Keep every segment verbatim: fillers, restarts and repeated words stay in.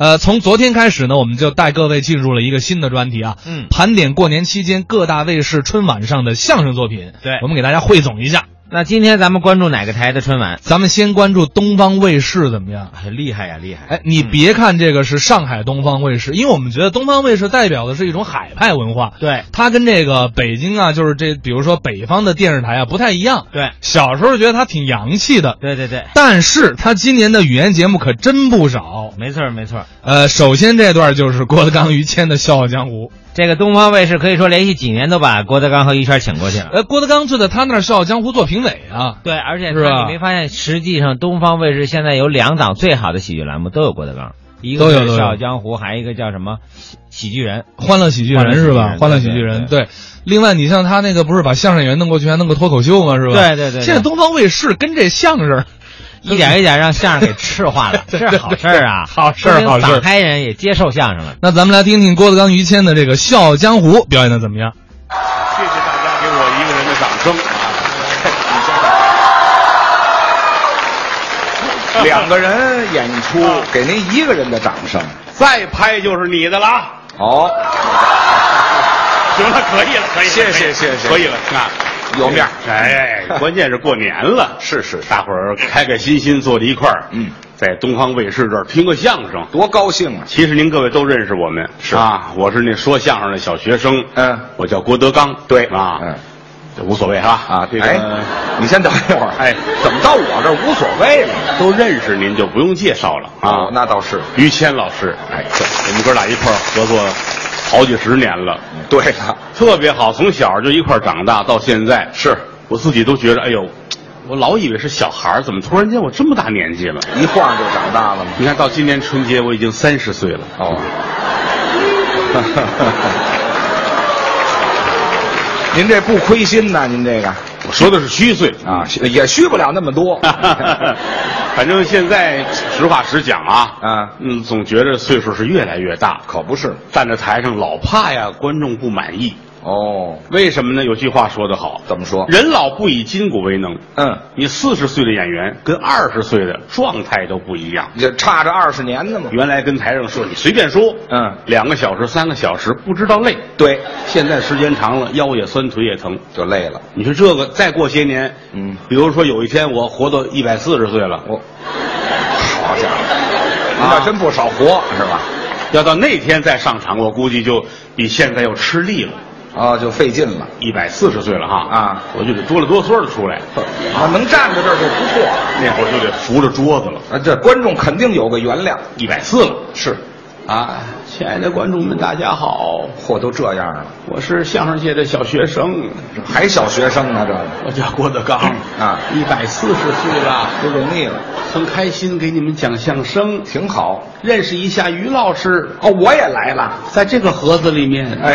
呃，从昨天开始呢，我们就带各位进入了一个新的专题啊， 嗯， 盘点过年期间各大卫视春晚上的相声作品。 对， 我们给大家汇总一下。 那今天咱们关注哪个台的春晚？ 咱们先关注东方卫视怎么样？ 哎，厉害呀，厉害！ 哎，你别看这个是上海东方卫视，因为我们觉得东方卫视代表的是一种海派文化， 对， 它跟这个北京啊，就是这比如说北方的电视台啊不太一样。 对， 小时候觉得它挺洋气的。 对对对。 但是它今年的语言节目可真不少。 没错没错。 呃，首先这段就是郭德纲、于谦的《笑傲江湖》。 这个东方卫视可以说连续几年都把郭德纲和于谦请过去了。 呃，郭德纲就在他那儿《笑傲江湖》做评委啊。 对，而且是吧？ 你没发现，实际上东方卫视现在有两档最好的喜剧栏目都有郭德纲，一个是《笑傲江湖》，还有一个叫什么喜剧人， 欢乐喜剧人是吧？欢乐喜剧人，对。另外，你像他那个不是把相声演员弄过去，还弄个脱口秀吗？是吧？ 对对对。 现在东方卫视跟这相声。 一点一点让相声给赤化了，这是好事儿啊！ 好事儿，好事儿。 打开人也接受相声了。 那咱们来听听郭德纲、于谦的这个《笑傲江湖》表演的怎么样？ 谢谢大家给我一个人的掌声啊！两个人演出，给您一个人的掌声， 再拍就是你的了。 好， 行了，可以了，可以了， 谢谢谢谢， 可以了啊。 有面哎，关键是过年了， 是是， 大伙儿开开心心坐在一块儿， 嗯， 在东方卫视这儿听个相声， 多高兴啊！ 其实您各位都认识我们， 是啊，我是那说相声的小学生， 嗯， 我叫郭德纲， 对啊， 嗯， 这无所谓哈啊， 这个， 哎，你先等一会儿， 哎， 怎么到我这儿无所谓了？ 都认识您就不用介绍了啊， 那倒是， 于谦老师，哎，我们哥俩一块儿合作好几十年了， 对了， 特别好，从小就一块儿长大到现在， 是。 我自己都觉得，哎呦，我老以为是小孩儿，怎么突然间我这么大年纪了？ 一晃就长大了吗？ 你看到今年春节我已经三十岁了。 哦，您这不亏心呐？您这个， 我说的是虚岁啊，也虚不了那么多。 反正现在实话实讲啊， 啊， 嗯，总觉得岁数是越来越大， 可不是， 站在台上老怕呀观众不满意。 哦， 为什么呢？有句话说得好， 怎么说？ 人老不以筋骨为能。 嗯， 你四十岁的演员跟二十岁的状态都不一样， 这差着二十年呢嘛。 原来跟台上说你随便说， 嗯， 两个小时、三个小时不知道累。 对， 现在时间长了，腰也酸，腿也疼， 就累了。 你说这个再过些年， 嗯， 比如说有一天我活到一百四十岁了， 我，好家伙，您倒真不少活是吧？ 要到那天再上场，我估计就比现在要吃力了。 哦，就费劲了。 一百四十岁了哈啊， 我就得哆了哆嗦的出来。 啊，能站在这儿就不错。 那会儿就得扶着桌子了。 啊，这观众肯定有个原谅。 一百四了， 是， 啊，亲爱的观众们，大家好。 嚯，都这样了。 我是相声界的小学生， 还小学生呢，这个。 我叫郭德纲啊， 一百四十岁了， 不容易了， 很开心给你们讲相声， 挺好。 认识一下于老师。 哦，我也来了， 在这个盒子里面。 哎。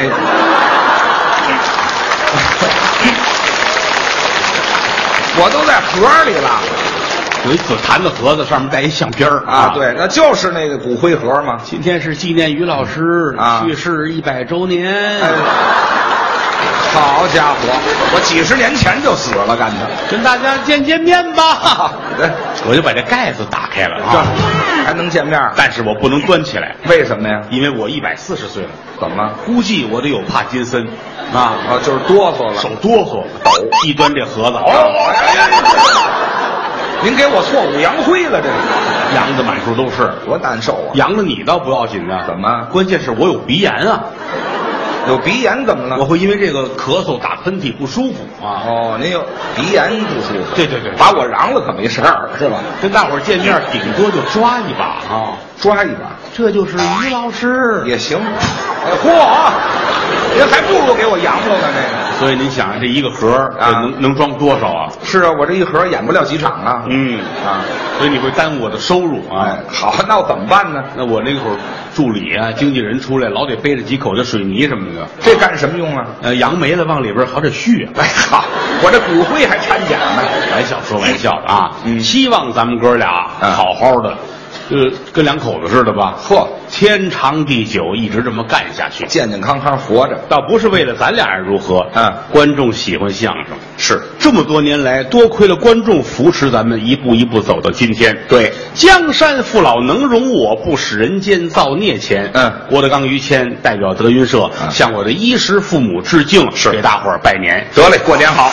我都在盒里了， 有一紫檀的盒子，上面带一相片儿啊，对，那就是那个骨灰盒嘛。 今天是纪念于老师啊去世一百周年。 哎，好家伙，我几十年前就死了，干的。 跟大家见见面吧。 对， 我就把这盖子打开了啊， 还能见面， 但是我不能端起来。 为什么呀？ 因为我一百四十岁了。 怎么？ 估计我得有帕金森啊啊，就是哆嗦了， 手哆嗦，抖，一端这盒子。 哦，您给我错五洋灰了，这扬的满处都是， 多难受啊！ 扬的你倒不要紧呢， 怎么？ 关键是我有鼻炎啊。 有鼻炎怎么了？ 我会因为这个咳嗽打喷嚏不舒服啊。 哦，您有鼻炎不舒服？ 对对对， 把我嚷了可没事儿，是吧？ 跟大伙儿见面顶多就抓一把啊， 抓一把， 这就是于老师也行。哎嚯，人还不如给我扬了呢这个。 所以您想这一个盒啊，能能装多少啊？ 是啊，我这一盒演不了几场啊。 嗯啊，所以你会耽误我的收入啊。 哎，好，那我怎么办呢？ 那我那会儿助理啊、经纪人出来，老得背着几口子水泥什么的。 这干什么用啊？ 呃，扬没了往里边好点续。 哎好，我这骨灰还掺假呢。 玩笑说玩笑的啊， 嗯， 希望咱们哥俩好好的呃，跟两口子似的吧？ 呵， 天长地久，一直这么干下去， 健健康康活着， 倒不是为了咱俩人如何， 嗯， 观众喜欢相声， 是这么多年来，多亏了观众扶持咱们一步一步走到今天。 对， 江山父老能容我，不使人间造孽钱。 嗯， 郭德纲、于谦代表德云社、嗯、向我的衣食父母致敬， 是给大伙儿拜年。 得嘞，过年好。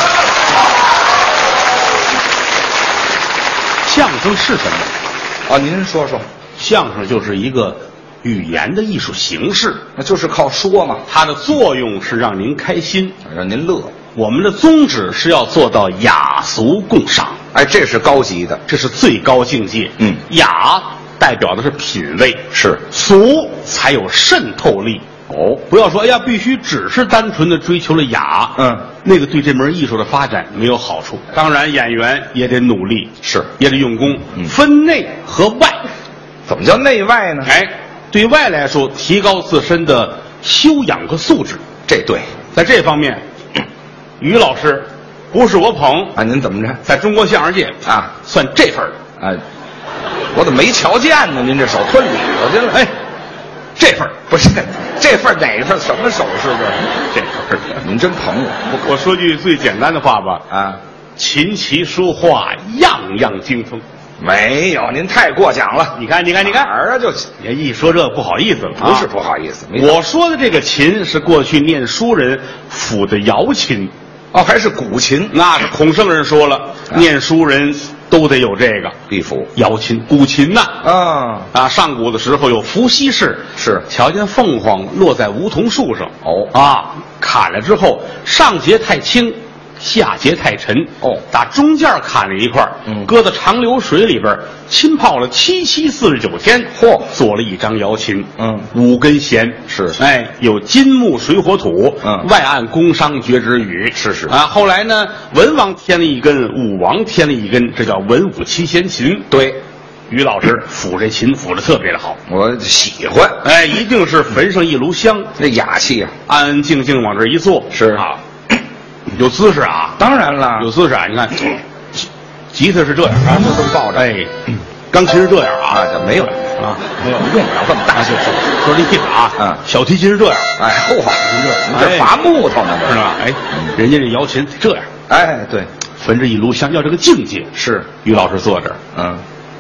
相声是什么？ 啊，您说说。 相声就是一个语言的艺术形式， 那就是靠说嘛。 它的作用是让您开心， 让您乐。 我们的宗旨是要做到雅俗共赏。 哎，这是高级的， 这是最高境界。 嗯， 雅代表的是品味， 是俗才有渗透力。 哦， 不要说哎呀，必须只是单纯的追求了雅， 嗯， 那个对这门艺术的发展没有好处。当然，演员也得努力， 是也得用功， 嗯， 分内和外。 怎么叫内外呢？ 哎，对外来说，提高自身的修养和素质， 这对， 在这方面，于老师不是我捧啊，您怎么着？ 在中国相声界啊， 算这份儿啊，我怎么没瞧见呢？您这手吞里头去了？ 哎，这份儿不是这份儿哪份儿？什么手势这？ 这份儿您真捧我！ 我说句最简单的话吧， 啊， 琴棋书画样样精通。 没有，您太过奖了。 你看，你看，你看， 儿啊，就你一说这不好意思了， 不是不好意思。 我说的这个琴是过去念书人抚的瑶琴， 哦，还是古琴。 那是孔圣人说了，啊、念书人都得有这个必抚瑶琴、古琴呐。 啊啊，上古的时候有伏羲氏， 是瞧见凤凰落在梧桐树上， 哦啊，砍了之后上节太轻。下节太沉哦， 打中间砍了一块， 嗯， 搁到长流水里边浸泡了七七四十九天， 嚯， 做了一张瑶琴， 嗯， 五根弦是， 哎，有金木水火土， 嗯， 外按宫商角徵羽， 是是啊，后来呢，文王添了一根，武王添了一根，这叫文武七弦琴。 对， 于老师抚这琴抚的特别的好， 我喜欢， 哎，一定是焚上一炉香， 那雅气啊， 安安静静往这一坐， 是啊。有姿势啊， 当然了， 有姿势啊！你看，吉他是这样啊， 就这么抱着， 哎，钢琴是这样啊， 这没有啊， 没有用不了这么大， 就是说这意思啊， 嗯， 小提琴是这样， 哎，后好， 你这这伐木头呢， 是吧？哎，人家这瑶琴这样， 哎，对， 焚着一炉香，要这个境界。 是， 于老师坐这儿， 嗯，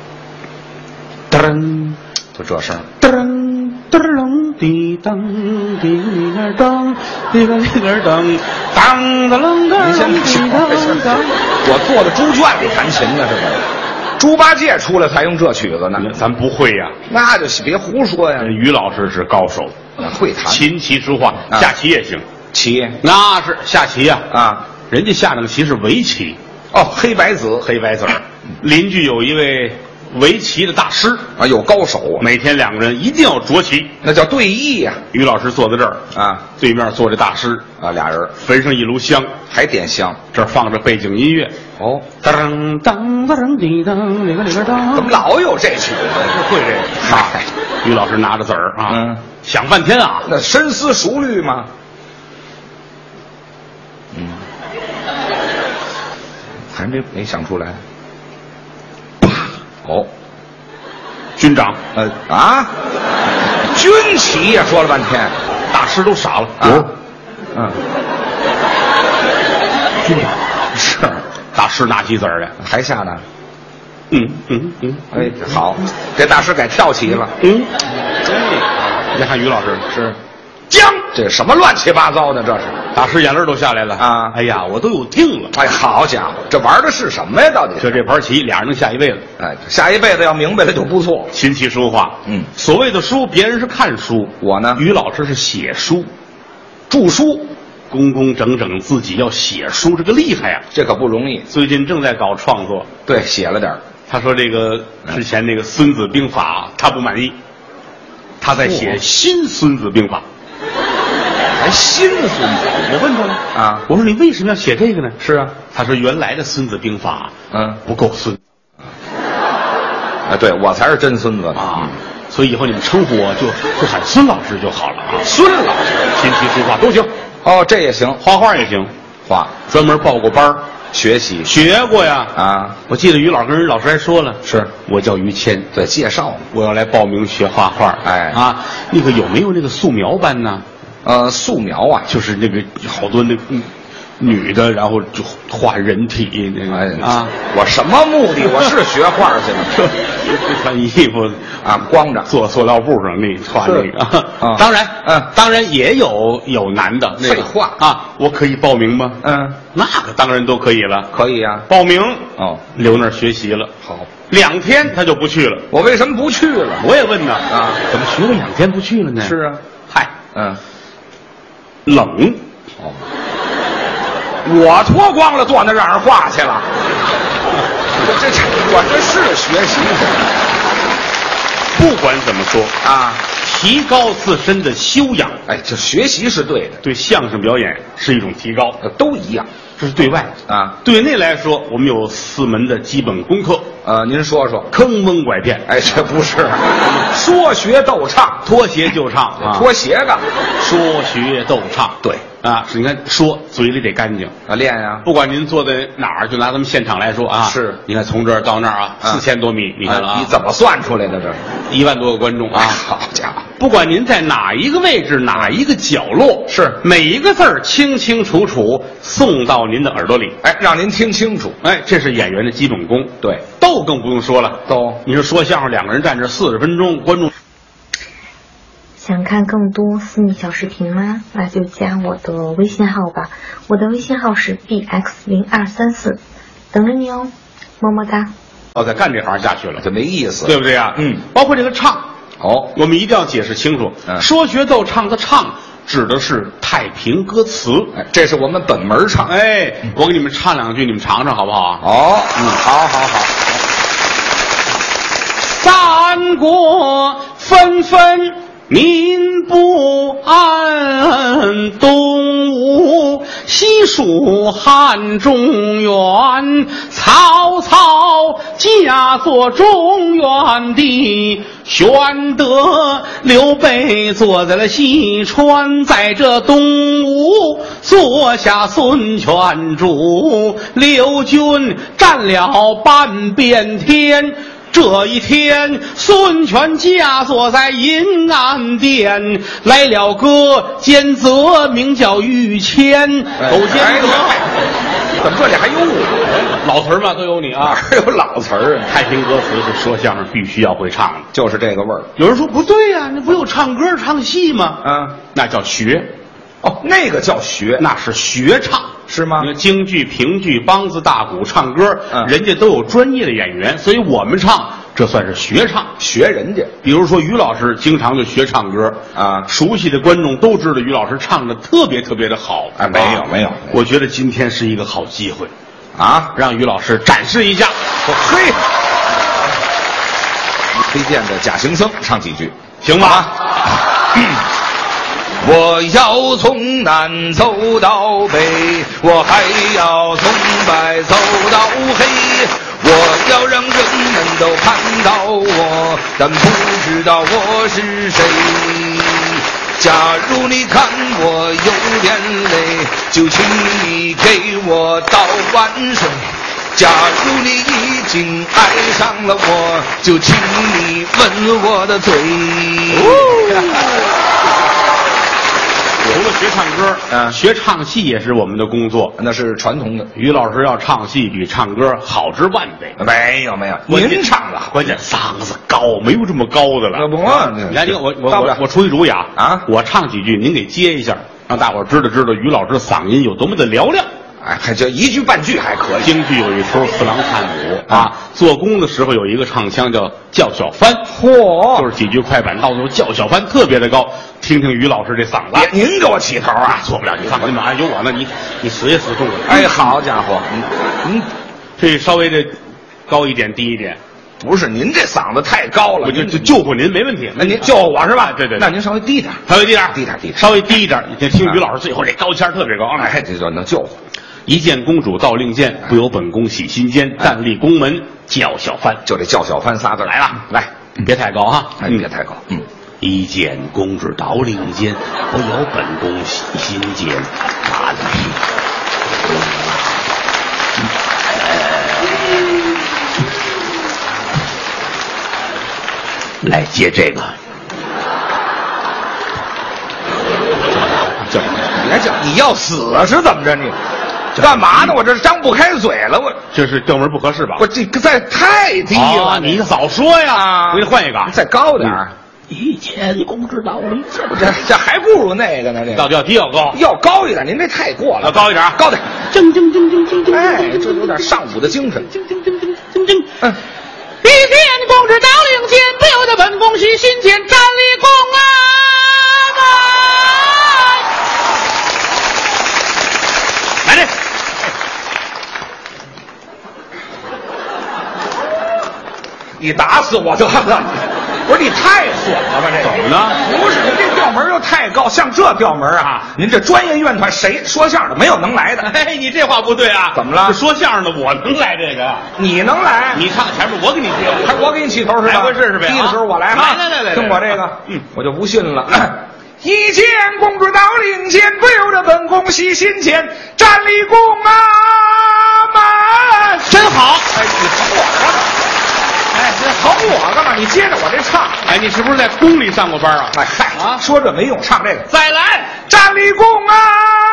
噔， 就这声， 噔。噔滴当滴个当滴个滴个当当当啷个啷滴当当。 我坐在猪圈里弹琴呢，这个猪八戒出来才用这曲子呢， 咱不会呀， 那就别胡说呀。 于老师是高手， 会弹琴棋书画，下棋也行。 棋那是下棋呀啊， 人家下那个棋是围棋， 哦，黑白子， 黑白子儿。邻居有一位围棋的大师啊，有高手啊， 每天两个人一定要着棋， 那叫对弈呀。 于老师坐在这儿啊， 对面坐着大师啊，俩人焚上一炉香， 还点香， 这儿放着背景音乐。 哦， 当当当滴当，里个里个当， 怎么老有这曲子？ 会这个啊？于老师拿着子儿啊， 嗯， 想半天啊， 那深思熟虑吗？嗯，还没没想出来。哦， 军长， 呃啊，军旗呀，说了半天， 大师都傻了。 啊，嗯， 军长是大师拿起子儿来， 还下呢。 嗯嗯嗯， 哎，好，这大师改跳棋了。 嗯，你看于老师是将， 这什么乱七八糟的？这是大师眼泪都下来了啊！ 哎呀，我都有定了。 哎，好家伙，这玩的是什么呀？到底就这盘棋，俩人能下一辈子。 哎，下一辈子要明白了就不错。 琴棋书画， 嗯， 所谓的书，别人是看书， 我呢， 于老师是写书， 著书， 工工整整，自己要写书，这个厉害呀、啊！ 这可不容易。 最近正在搞创作， 对，写了点儿。 他说这个之前那个《孙子兵法》他不满意，他在写新《孙子兵法》。 还新的孙子， 我问他了啊， 我说你为什么要写这个呢？ 是啊， 他说原来的《孙子兵法》 嗯不够孙， 啊，对我才是真孙子啊，所以以后你们称呼我就就喊孙老师就好了啊。 孙老师， 琴棋书画都行， 哦，这也行， 画画也行， 画专门报过班学习学过呀啊！ 我记得于老跟人老师还说了， 是我叫于谦， 对，介绍嘛， 我要来报名学画画。 哎啊，那个有没有那个素描班呢？ 呃，素描啊， 就是那个好多那嗯女的，然后就画人体那个、 哎啊。 我什么目的？我是学画去了， 不穿衣服啊，光着坐塑料布上那画那个。 啊， 当然， 嗯， 当然也有有男的。 废话啊，我可以报名吗？ 嗯， 那个当然都可以了， 可以呀、啊。 报名哦， 留那儿学习了。 好， 两天他就不去了。 我为什么不去了？ 我也问呢。 啊， 怎么学了两天不去了呢？ 是啊， 嗨， 嗯， 冷。 哦。我脱光了坐那让人画去了，这这我这是学习不管怎么说啊， 提高自身的修养， 哎，这学习是对的， 对相声表演是一种提高， 都一样。 这是对外啊， 对内来说，我们有四门的基本功课。 呃，您说说， 坑蒙拐骗， 哎，这不是说学逗唱， 脱鞋就唱啊， 脱鞋干嘛？ 说学逗唱， 对啊，是你看说嘴里得干净啊，练呀。 不管您坐在哪儿，就拿咱们现场来说啊， 是， 你看从这儿到那儿啊，四千多米，你看了啊， 你怎么算出来的？这一万多个观众啊， 好家伙！ 不管您在哪一个位置，哪一个角落， 是每一个字儿清清楚楚送到您的耳朵里， 哎，让您听清楚。 哎，这是演员的基本功。 对， 逗更不用说了， 逗， 你说说相声，两个人站这四十分钟，观众想看更多私密小视频吗？那就加我的微信号吧，我的微信号是 b x 零二三四，等着你哦，么么哒。 哦，在干这行下去了， 这没意思， 对不对啊？ 嗯， 包括这个唱。 哦， 我们一定要解释清楚。 嗯， 说学逗唱的唱指的是太平歌词， 哎，这是我们本门唱。 哎，我给你们唱两句，你们尝尝好不好啊？ 哦，嗯，好好好。 三国纷纷民不安，东吴西蜀汉中原，曹操驾作中原地，玄德刘备坐在了西川，在这东吴坐下孙权主，刘军占了半边天。这一天，孙权驾坐在银安殿，来了个奸贼，名叫于谦。狗奸贼， 怎么这里还有我？ 老词儿嘛，都有你啊！ 哪有老词儿啊？ 太平歌词是说相声必须要会唱的， 就是这个味儿。 有人说不对呀、啊，那不有唱歌唱戏吗？ 嗯， 那叫学。 哦，那个叫学， 那是学唱。 是吗？ 因为京剧、评剧、梆子、大鼓、唱歌， 嗯， 人家都有专业的演员，所以我们唱这算是学唱， 学人家。 比如说于老师经常就学唱歌啊， 熟悉的观众都知道于老师唱的特别特别的好。 哎，没有、啊、没有， 我觉得今天是一个好机会啊， 让于老师展示一下。 嘿，推荐的假行僧唱几句， 行吗？ 我要从南走到北，我还要从白走到黑，我要让人们都看到我，但不知道我是谁。假如你看我有点累，就请你给我道碗水。假如你已经爱上了我，就请你吻我的嘴。 除了学唱歌， 嗯， 学唱戏也是我们的工作， 那是传统的。 于老师要唱戏比唱歌好之万倍。 没有没有，您唱的好， 关键嗓子高，没有这么高的了。 那不， 你看，我我我我出一主意啊啊！ 我唱几句，您给接一下，让大伙儿知道知道于老师的嗓音有多么的嘹亮。 哎，还就一句半句还可以。 京剧有一出《四郎探母》啊，做工的时候有一个唱腔叫叫小番， 嚯， 就是几句快板，到时候叫小番特别的高。听听于老师这嗓子， 您给我起头啊！ 错不了，你放心吧，哎，有我呢，你你死也死中了。 哎，好家伙， 嗯，这稍微的高一点，低一点。 不是您这嗓子太高了， 我就就救活您没问题。 那您救我是吧？ 对对， 那您稍微低点， 稍微低点， 低点，低点， 稍微低一点。你听于老师最后这高腔特别高， 哎，这就能救活。 一见公主到令箭，不由本宫喜心间。站立宫门叫小番， 就这叫小番仨字来了，来，别太高哈， 哎，别太高。嗯， 一见公主到令箭，不由本宫喜心间。站立。 来接这个。这你还叫你要死啊？是怎么着你？干嘛呢？我这张不开嘴了，我这是正门不合适吧？ 我这个再太低了， 哦、你早说呀！我给你换一个， 再高点儿。 一见公知道理， 这这还不如那个呢。这到底要低要高？ 要高一点，您这太过了。 要高一点， 高点。 铮铮铮铮铮铮， 哎，这有点上午的精神。 铮铮铮铮铮铮。 嗯。 一见公知道领先，不由得本宫喜心间，站立宫啊！来这。 你打死我得了！不是你太损了吧？这怎么呢？ 不是你这调门又太高，像这调门啊！您这专业乐团谁说相声的没有能来的？ 哎，你这话不对啊！ 怎么了？ 说相声的我能来这个， 你能来？ 你唱前面我给你接， 还我给你起头是吧？ 来回试试呗。 低的时候我来哈。 来来来来， 听我这个， 嗯， 我就不信了。一见公主到领先，不由得本宫喜心间，站立宫啊门。 真好！ 哎，你疼我干嘛？哎，这疼我干嘛？你接着我这唱。 哎，你是不是在宫里上过班啊？ 哎嗨啊，说这没用，唱这个。 再来， 站立宫啊